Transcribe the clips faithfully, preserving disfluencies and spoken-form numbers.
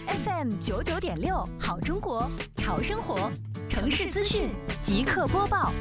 F M 九九点六，好中国，潮生活，城市资讯即刻播报。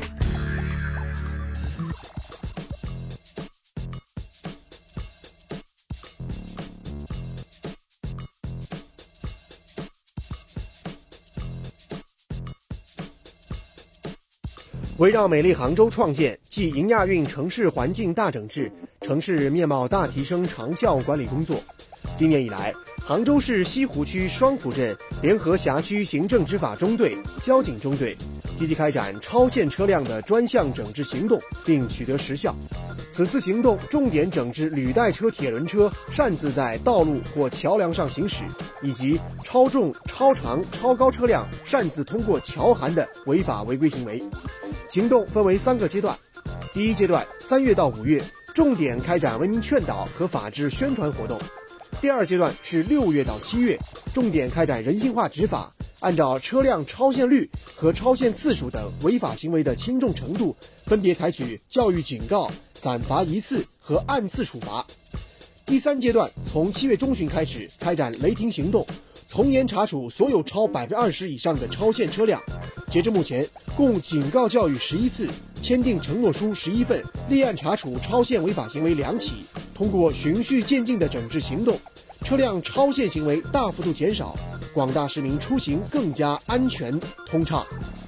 围绕美丽杭州创建暨迎亚运城市环境大整治、城市面貌大提升长效管理工作。今年以来，杭州市西湖区双浦镇联合辖区行政执法中队、交警中队积极开展超限车辆的专项整治行动，并取得实效。此次行动重点整治履带车、铁轮车擅自在道路或桥梁上行驶，以及超重、超长、超高车辆擅自通过桥涵的违法违规行为。行动分为三个阶段。第一阶段，三月到五月，重点开展文明劝导和法治宣传活动。第二阶段是六月到七月，重点开展人性化执法，按照车辆超限率和超限次数等违法行为的轻重程度，分别采取教育警告、暂罚一次和按次处罚。第三阶段从七月中旬开始开展雷霆行动，从严查处所有超百分之二十以上的超限车辆。截至目前，共警告教育十一次，签订承诺书十一份，立案查处超限违法行为两起。通过循序渐进的整治行动，车辆超限行为大幅度减少，广大市民出行更加安全通畅。